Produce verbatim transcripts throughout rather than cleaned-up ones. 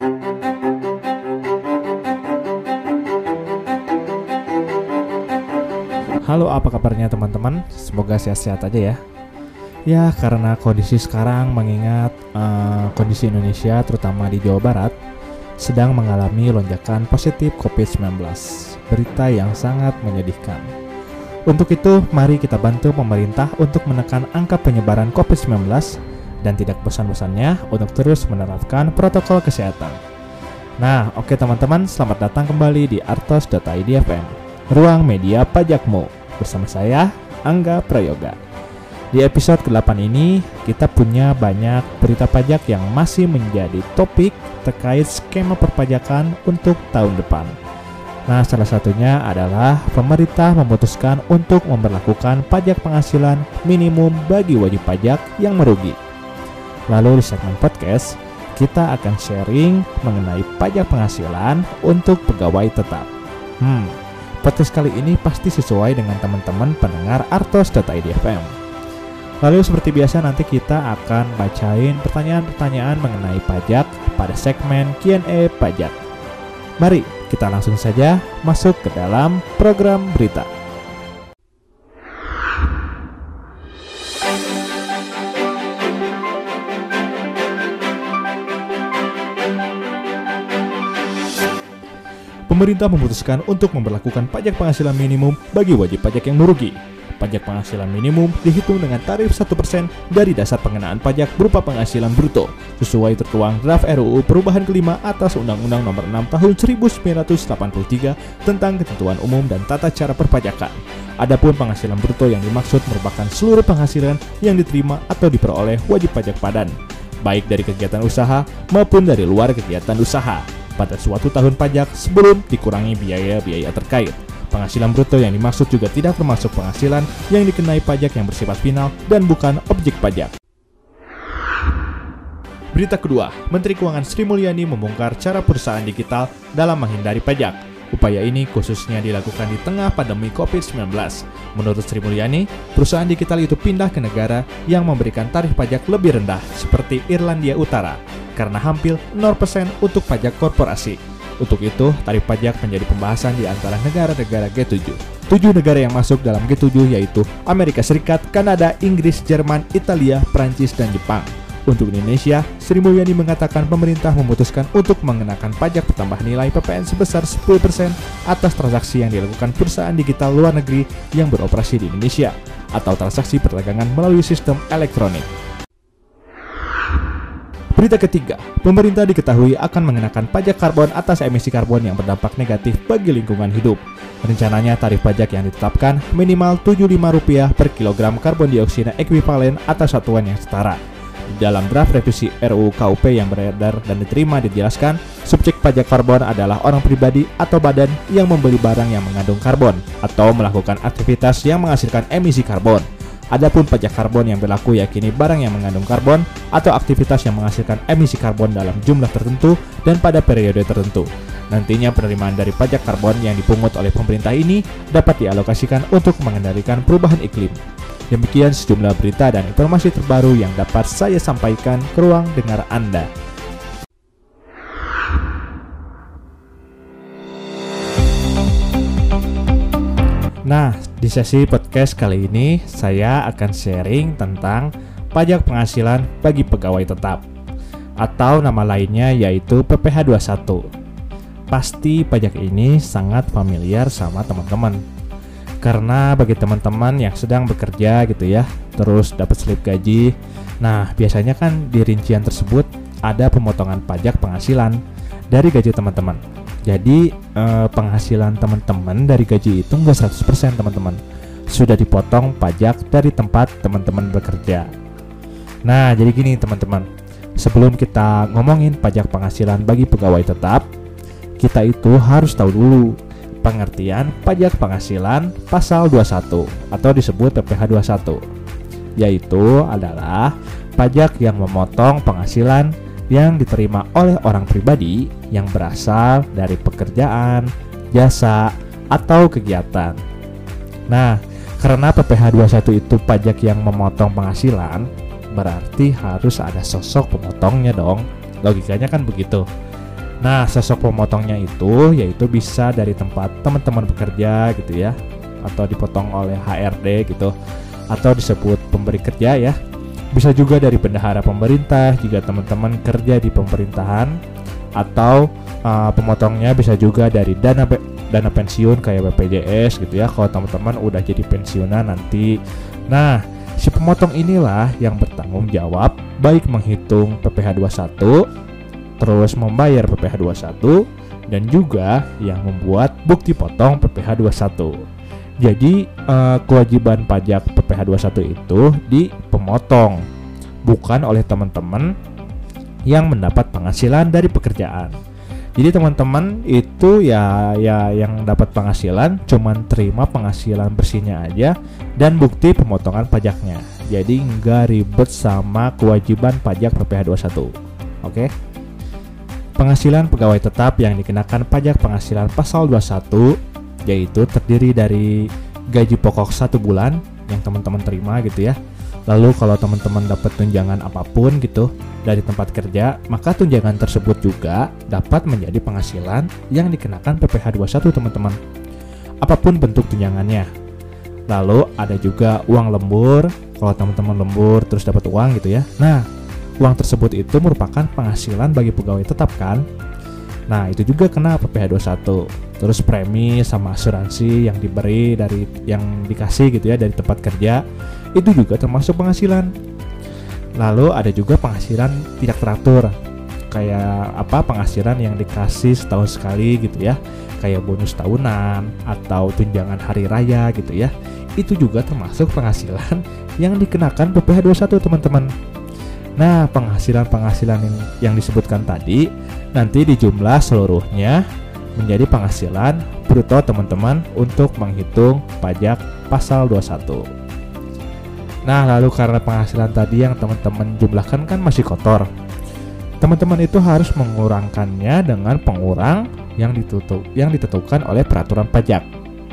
Halo, apa kabarnya teman-teman? Semoga sehat-sehat aja ya. Ya, karena kondisi sekarang mengingat uh, kondisi Indonesia terutama di Jawa Barat sedang mengalami lonjakan positif covid sembilan belas. Berita yang sangat menyedihkan. Untuk itu, mari kita bantu pemerintah untuk menekan angka penyebaran covid sembilan belas dan tidak bosan-bosannya untuk terus menerapkan protokol kesehatan. Nah, oke teman-teman, selamat datang kembali di artos dot i d F M, ruang media pajakmu. Bersama saya, Angga Prayoga. Di episode kedelapan ini, kita punya banyak berita pajak yang masih menjadi topik terkait skema perpajakan untuk tahun depan. Nah, salah satunya adalah pemerintah memutuskan untuk memberlakukan pajak penghasilan minimum bagi wajib pajak yang merugi. Lalu di segmen podcast, kita akan sharing mengenai pajak penghasilan untuk pegawai tetap. Hmm, podcast kali ini pasti sesuai dengan teman-teman pendengar artos dot i d F M. Lalu seperti biasa nanti kita akan bacain pertanyaan-pertanyaan mengenai pajak pada segmen Q and A pajak. Mari kita langsung saja masuk ke dalam program berita. Pemerintah memutuskan untuk memberlakukan pajak penghasilan minimum bagi wajib pajak yang merugi. Pajak penghasilan minimum dihitung dengan tarif satu persen dari dasar pengenaan pajak berupa penghasilan bruto, sesuai tertuang draft R U U perubahan kelima atas Undang-Undang Nomor enam Tahun seribu sembilan ratus delapan puluh tiga tentang ketentuan umum dan tata cara perpajakan. Adapun penghasilan bruto yang dimaksud merupakan seluruh penghasilan yang diterima atau diperoleh wajib pajak padan, baik dari kegiatan usaha maupun dari luar kegiatan usaha, pada suatu tahun pajak sebelum dikurangi biaya-biaya terkait. Penghasilan bruto yang dimaksud juga tidak termasuk penghasilan yang dikenai pajak yang bersifat final dan bukan objek pajak. Berita kedua, Menteri Keuangan Sri Mulyani membongkar cara perusahaan digital dalam menghindari pajak. Upaya ini khususnya dilakukan di tengah pandemi covid sembilan belas. Menurut Sri Mulyani, perusahaan digital itu pindah ke negara yang memberikan tarif pajak lebih rendah seperti Irlandia Utara, karena hampir nol persen untuk pajak korporasi. Untuk itu, tarif pajak menjadi pembahasan di antara negara-negara G tujuh. Tujuh negara yang masuk dalam G tujuh yaitu Amerika Serikat, Kanada, Inggris, Jerman, Italia, Prancis, dan Jepang. Untuk Indonesia, Sri Mulyani mengatakan pemerintah memutuskan untuk mengenakan pajak bertambah nilai P P N sebesar sepuluh persen atas transaksi yang dilakukan perusahaan digital luar negeri yang beroperasi di Indonesia, atau transaksi perdagangan melalui sistem elektronik. Berita ketiga, pemerintah diketahui akan mengenakan pajak karbon atas emisi karbon yang berdampak negatif bagi lingkungan hidup. Rencananya tarif pajak yang ditetapkan minimal tujuh puluh lima rupiah per kilogram karbon dioksida ekuivalen atas satuan yang setara. Di dalam draft revisi R U U K U P yang beredar dan diterima dijelaskan, subjek pajak karbon adalah orang pribadi atau badan yang membeli barang yang mengandung karbon atau melakukan aktivitas yang menghasilkan emisi karbon. Adapun pajak karbon yang berlaku yakini barang yang mengandung karbon atau aktivitas yang menghasilkan emisi karbon dalam jumlah tertentu dan pada periode tertentu. Nantinya penerimaan dari pajak karbon yang dipungut oleh pemerintah ini dapat dialokasikan untuk mengendalikan perubahan iklim. Demikian sejumlah berita dan informasi terbaru yang dapat saya sampaikan ke ruang dengar Anda. Nah, di sesi podcast kali ini saya akan sharing tentang pajak penghasilan bagi pegawai tetap, atau nama lainnya yaitu P P H dua puluh satu. Pasti pajak ini sangat familiar sama teman-teman, karena bagi teman-teman yang sedang bekerja gitu ya, terus dapat slip gaji, nah biasanya kan di rincian tersebut ada pemotongan pajak penghasilan dari gaji teman-teman. Jadi eh, penghasilan teman-teman dari gaji itu enggak seratus persen teman-teman, sudah dipotong pajak dari tempat teman-teman bekerja. Nah jadi gini teman-teman, sebelum kita ngomongin pajak penghasilan bagi pegawai tetap, kita itu harus tahu dulu pengertian pajak penghasilan pasal dua puluh satu atau disebut P P H dua puluh satu, yaitu adalah pajak yang memotong penghasilan yang diterima oleh orang pribadi yang berasal dari pekerjaan, jasa, atau kegiatan. Nah, karena P P H dua puluh satu itu pajak yang memotong penghasilan, berarti harus ada sosok pemotongnya dong. Logikanya kan begitu. Nah, sosok pemotongnya itu yaitu bisa dari tempat teman-teman bekerja gitu ya, atau dipotong oleh H R D gitu, atau disebut pemberi kerja ya. Bisa juga dari bendahara pemerintah jika teman-teman kerja di pemerintahan, atau uh, pemotongnya bisa juga dari dana pe- dana pensiun kayak B P J S gitu ya, kalau teman-teman udah jadi pensiunan nanti. Nah, si pemotong inilah yang bertanggung jawab baik menghitung P P H dua puluh satu, terus membayar P P H dua puluh satu, dan juga yang membuat bukti potong P P H dua puluh satu. Jadi eh, kewajiban pajak P P H dua puluh satu itu di pemotong, bukan oleh teman-teman yang mendapat penghasilan dari pekerjaan. Jadi teman-teman itu ya ya yang dapat penghasilan cuman terima penghasilan bersihnya aja dan bukti pemotongan pajaknya. Jadi nggak ribet sama kewajiban pajak P P H dua puluh satu. Oke? Penghasilan pegawai tetap yang dikenakan pajak penghasilan pasal dua puluh satu yaitu terdiri dari gaji pokok satu bulan yang teman-teman terima gitu ya. Lalu kalau teman-teman dapat tunjangan apapun gitu dari tempat kerja, maka tunjangan tersebut juga dapat menjadi penghasilan yang dikenakan P P H dua puluh satu teman-teman. Apapun bentuk tunjangannya. Lalu ada juga uang lembur, kalau teman-teman lembur terus dapat uang gitu ya. Nah, uang tersebut itu merupakan penghasilan bagi pegawai tetap kan? Nah, itu juga kena P P H dua puluh satu. Terus premi sama asuransi yang diberi dari yang dikasih gitu ya dari tempat kerja, itu juga termasuk penghasilan. Lalu ada juga penghasilan tidak teratur. Kayak apa penghasilan yang dikasih setahun sekali gitu ya. Kayak bonus tahunan atau tunjangan hari raya gitu ya. Itu juga termasuk penghasilan yang dikenakan P P H dua puluh satu teman-teman. Nah, penghasilan-penghasilan yang, yang disebutkan tadi nanti dijumlah seluruhnya menjadi penghasilan bruto teman-teman untuk menghitung pajak pasal dua puluh satu. Nah, lalu karena penghasilan tadi yang teman-teman jumlahkan kan masih kotor, teman-teman itu harus mengurangkannya dengan pengurang yang ditutup, yang ditentukan oleh peraturan pajak,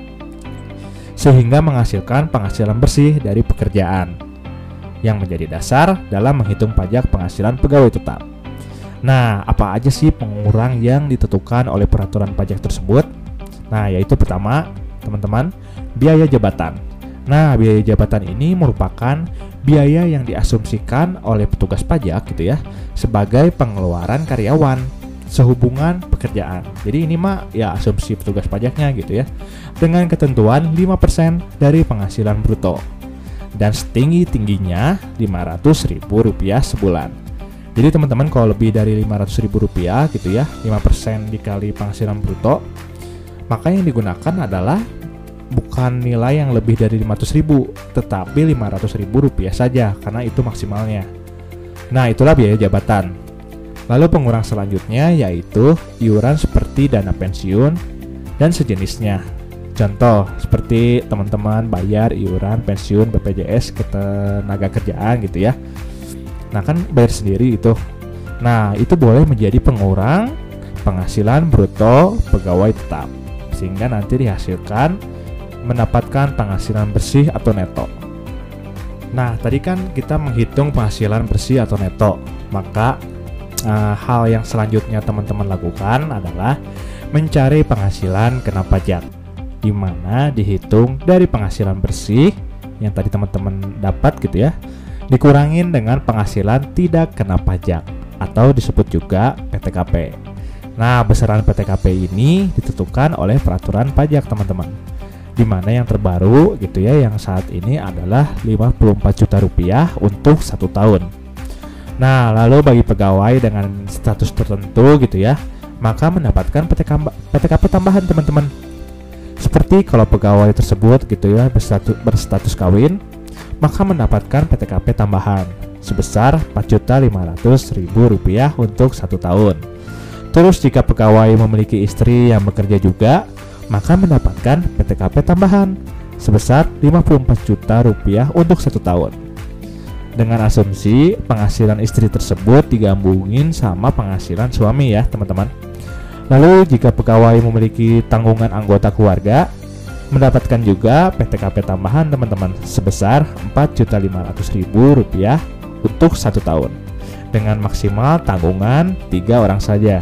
sehingga menghasilkan penghasilan bersih dari pekerjaan yang menjadi dasar dalam menghitung pajak penghasilan pegawai tetap. Nah, apa aja sih pengurang yang ditentukan oleh peraturan pajak tersebut? Nah, yaitu pertama, teman-teman, biaya jabatan. Nah, biaya jabatan ini merupakan biaya yang diasumsikan oleh petugas pajak gitu ya, sebagai pengeluaran karyawan sehubungan pekerjaan. Jadi ini mah ya asumsi petugas pajaknya gitu ya, dengan ketentuan lima persen dari penghasilan bruto dan setinggi-tingginya lima ratus ribu rupiah sebulan. Jadi teman-teman kalau lebih dari lima ratus ribu rupiah gitu ya, lima persen dikali penghasilan bruto, maka yang digunakan adalah bukan nilai yang lebih dari lima ratus ribu, tetapi lima ratus ribu rupiah saja, karena itu maksimalnya. Nah, itulah biaya jabatan. Lalu pengurang selanjutnya yaitu iuran seperti dana pensiun dan sejenisnya. Contoh, seperti teman-teman bayar iuran pensiun B P J S ke tenaga kerjaan gitu ya. Nah, kan bayar sendiri itu. Nah, itu boleh menjadi pengurang penghasilan bruto pegawai tetap, sehingga nanti dihasilkan mendapatkan penghasilan bersih atau neto. Nah, tadi kan kita menghitung penghasilan bersih atau neto. Maka uh, hal yang selanjutnya teman-teman lakukan adalah mencari penghasilan kena pajak, di mana dihitung dari penghasilan bersih yang tadi teman-teman dapat gitu ya, dikurangin dengan penghasilan tidak kena pajak atau disebut juga P T K P. Nah, besaran P T K P ini ditentukan oleh peraturan pajak teman-teman, di mana yang terbaru gitu ya, yang saat ini adalah lima puluh empat juta rupiah untuk satu tahun. Nah, lalu bagi pegawai dengan status tertentu gitu ya, maka mendapatkan P T K P tambahan teman-teman. Seperti kalau pegawai tersebut gitu ya berstatus, berstatus kawin, maka mendapatkan P T K P tambahan sebesar empat juta lima ratus ribu rupiah untuk satu tahun. Terus jika pegawai memiliki istri yang bekerja juga, maka mendapatkan P T K P tambahan sebesar lima puluh empat juta rupiah untuk satu tahun. Dengan asumsi penghasilan istri tersebut digabungin sama penghasilan suami ya teman-teman. Lalu jika pegawai memiliki tanggungan anggota keluarga, mendapatkan juga P T K P tambahan teman-teman sebesar empat juta lima ratus ribu rupiah untuk satu tahun dengan maksimal tanggungan tiga orang saja.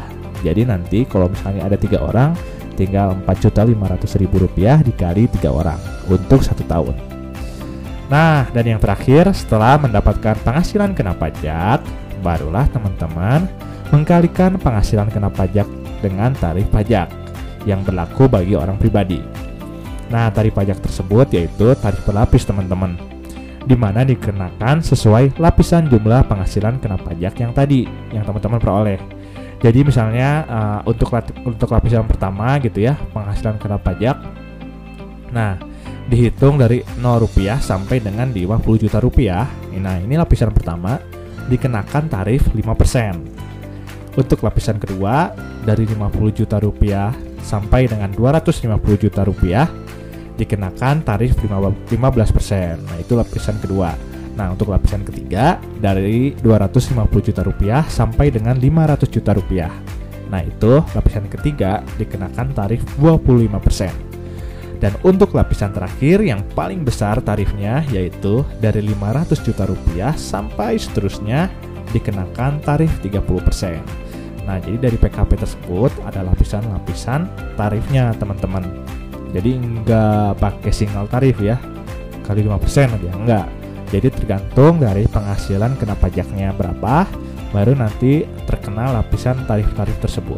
Jadi nanti kalau misalnya ada tiga orang, tinggal empat juta lima ratus ribu rupiah dikali tiga orang untuk satu tahun. Nah, dan yang terakhir, setelah mendapatkan penghasilan kena pajak, barulah teman-teman mengkalikan penghasilan kena pajak dengan tarif pajak yang berlaku bagi orang pribadi. Nah, tarif pajak tersebut yaitu tarif berlapis teman-teman, di mana dikenakan sesuai lapisan jumlah penghasilan kena pajak yang tadi, yang teman-teman peroleh. Jadi misalnya uh, untuk untuk lapisan pertama gitu ya, penghasilan kena pajak, nah dihitung dari nol rupiah sampai dengan lima puluh juta rupiah. Nah, ini lapisan pertama dikenakan tarif lima persen. Untuk lapisan kedua dari lima puluh juta rupiah sampai dengan dua ratus lima puluh juta rupiah dikenakan tarif lima belas persen. Nah, itu lapisan kedua. Nah, untuk lapisan ketiga dari dua ratus lima puluh juta rupiah sampai dengan lima ratus juta rupiah. Nah, itu lapisan ketiga dikenakan tarif dua puluh lima persen. Dan untuk lapisan terakhir yang paling besar tarifnya yaitu dari lima ratus juta rupiah sampai seterusnya dikenakan tarif tiga puluh persen. Nah, jadi dari P K P tersebut ada lapisan-lapisan tarifnya teman-teman. Jadi enggak pakai single tarif ya, kali lima persen aja, enggak. Jadi tergantung dari penghasilan kena pajaknya berapa, baru nanti terkena lapisan tarif-tarif tersebut.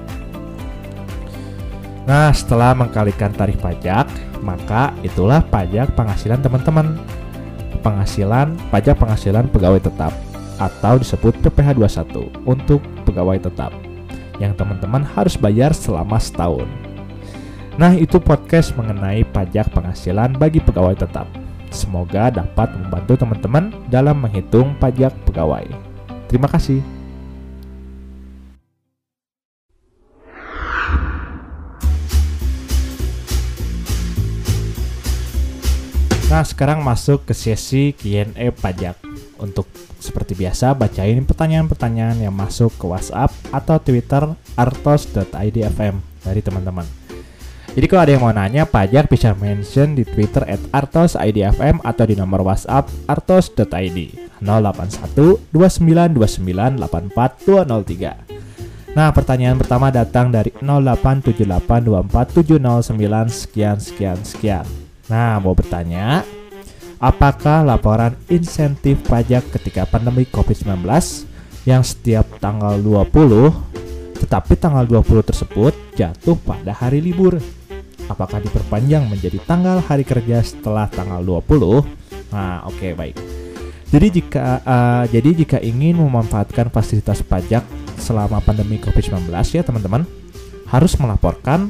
Nah, setelah mengkalikan tarif pajak, maka itulah pajak penghasilan teman-teman. Penghasilan, pajak penghasilan pegawai tetap, atau disebut P P H dua puluh satu untuk pegawai tetap, yang teman-teman harus bayar selama setahun. Nah, itu podcast mengenai pajak penghasilan bagi pegawai tetap. Semoga dapat membantu teman-teman dalam menghitung pajak pegawai. Terima kasih. Nah, sekarang masuk ke sesi Q and A pajak. Untuk seperti biasa, bacain pertanyaan-pertanyaan yang masuk ke WhatsApp atau Twitter artos dot i d f m dari teman-teman. Jadi kalau ada yang mau nanya pajak bisa mention di Twitter at artos dot i d f m atau di nomor WhatsApp artos dot i d nol delapan satu dua sembilan dua sembilan delapan empat dua nol tiga. Nah, pertanyaan pertama datang dari nol delapan tujuh delapan dua empat tujuh nol sembilan sekian sekian sekian. Nah, mau bertanya, apakah laporan insentif pajak ketika pandemi covid sembilan belas yang setiap tanggal dua puluh, tetapi tanggal dua puluh tersebut jatuh pada hari libur, apakah diperpanjang menjadi tanggal hari kerja setelah tanggal dua puluh? Nah, oke, okay, baik. Jadi jika uh, jadi jika ingin memanfaatkan fasilitas pajak selama pandemi covid sembilan belas ya teman-teman, harus melaporkan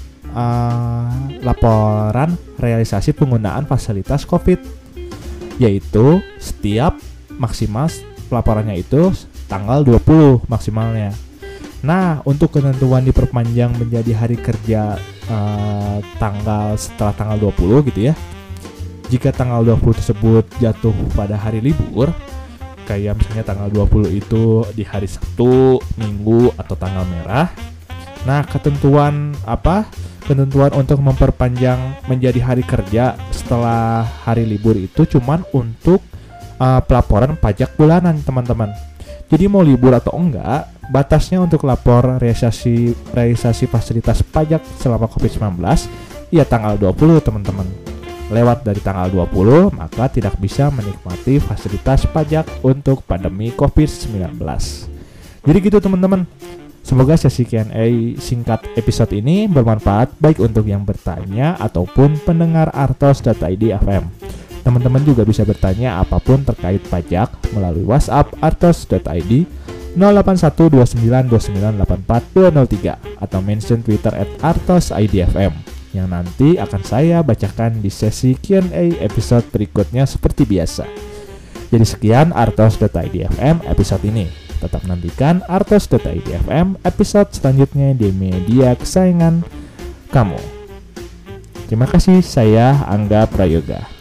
uh, laporan realisasi penggunaan fasilitas COVID, yaitu setiap maksimal pelaporannya itu tanggal dua puluh maksimalnya. Nah, untuk ketentuan diperpanjang menjadi hari kerja uh, tanggal setelah tanggal dua puluh gitu ya. Jika tanggal dua puluh tersebut jatuh pada hari libur, kayak misalnya tanggal dua puluh itu di hari Sabtu, Minggu, atau tanggal merah. Nah, ketentuan apa? Ketentuan untuk memperpanjang menjadi hari kerja setelah hari libur itu cuman untuk uh, pelaporan pajak bulanan, teman-teman. Jadi mau libur atau enggak, batasnya untuk lapor realisasi realisasi fasilitas pajak selama covid sembilan belas ya tanggal dua puluh, teman-teman. Lewat dari tanggal dua puluh, maka tidak bisa menikmati fasilitas pajak untuk pandemi covid sembilan belas. Jadi gitu, teman-teman. Semoga sesi Q and A singkat episode ini bermanfaat baik untuk yang bertanya ataupun pendengar artos dot i d f m. Teman-teman juga bisa bertanya apapun terkait pajak melalui WhatsApp artos dot i d nol delapan satu dua sembilan dua sembilan delapan empat dua nol tiga atau mention Twitter at artos dot i d f m yang nanti akan saya bacakan di sesi Q and A episode berikutnya seperti biasa. Jadi sekian artos dot i d f m episode ini. Tetap nantikan artos dot i d f m episode selanjutnya di media kesayangan kamu. Terima kasih, saya Angga Prayoga.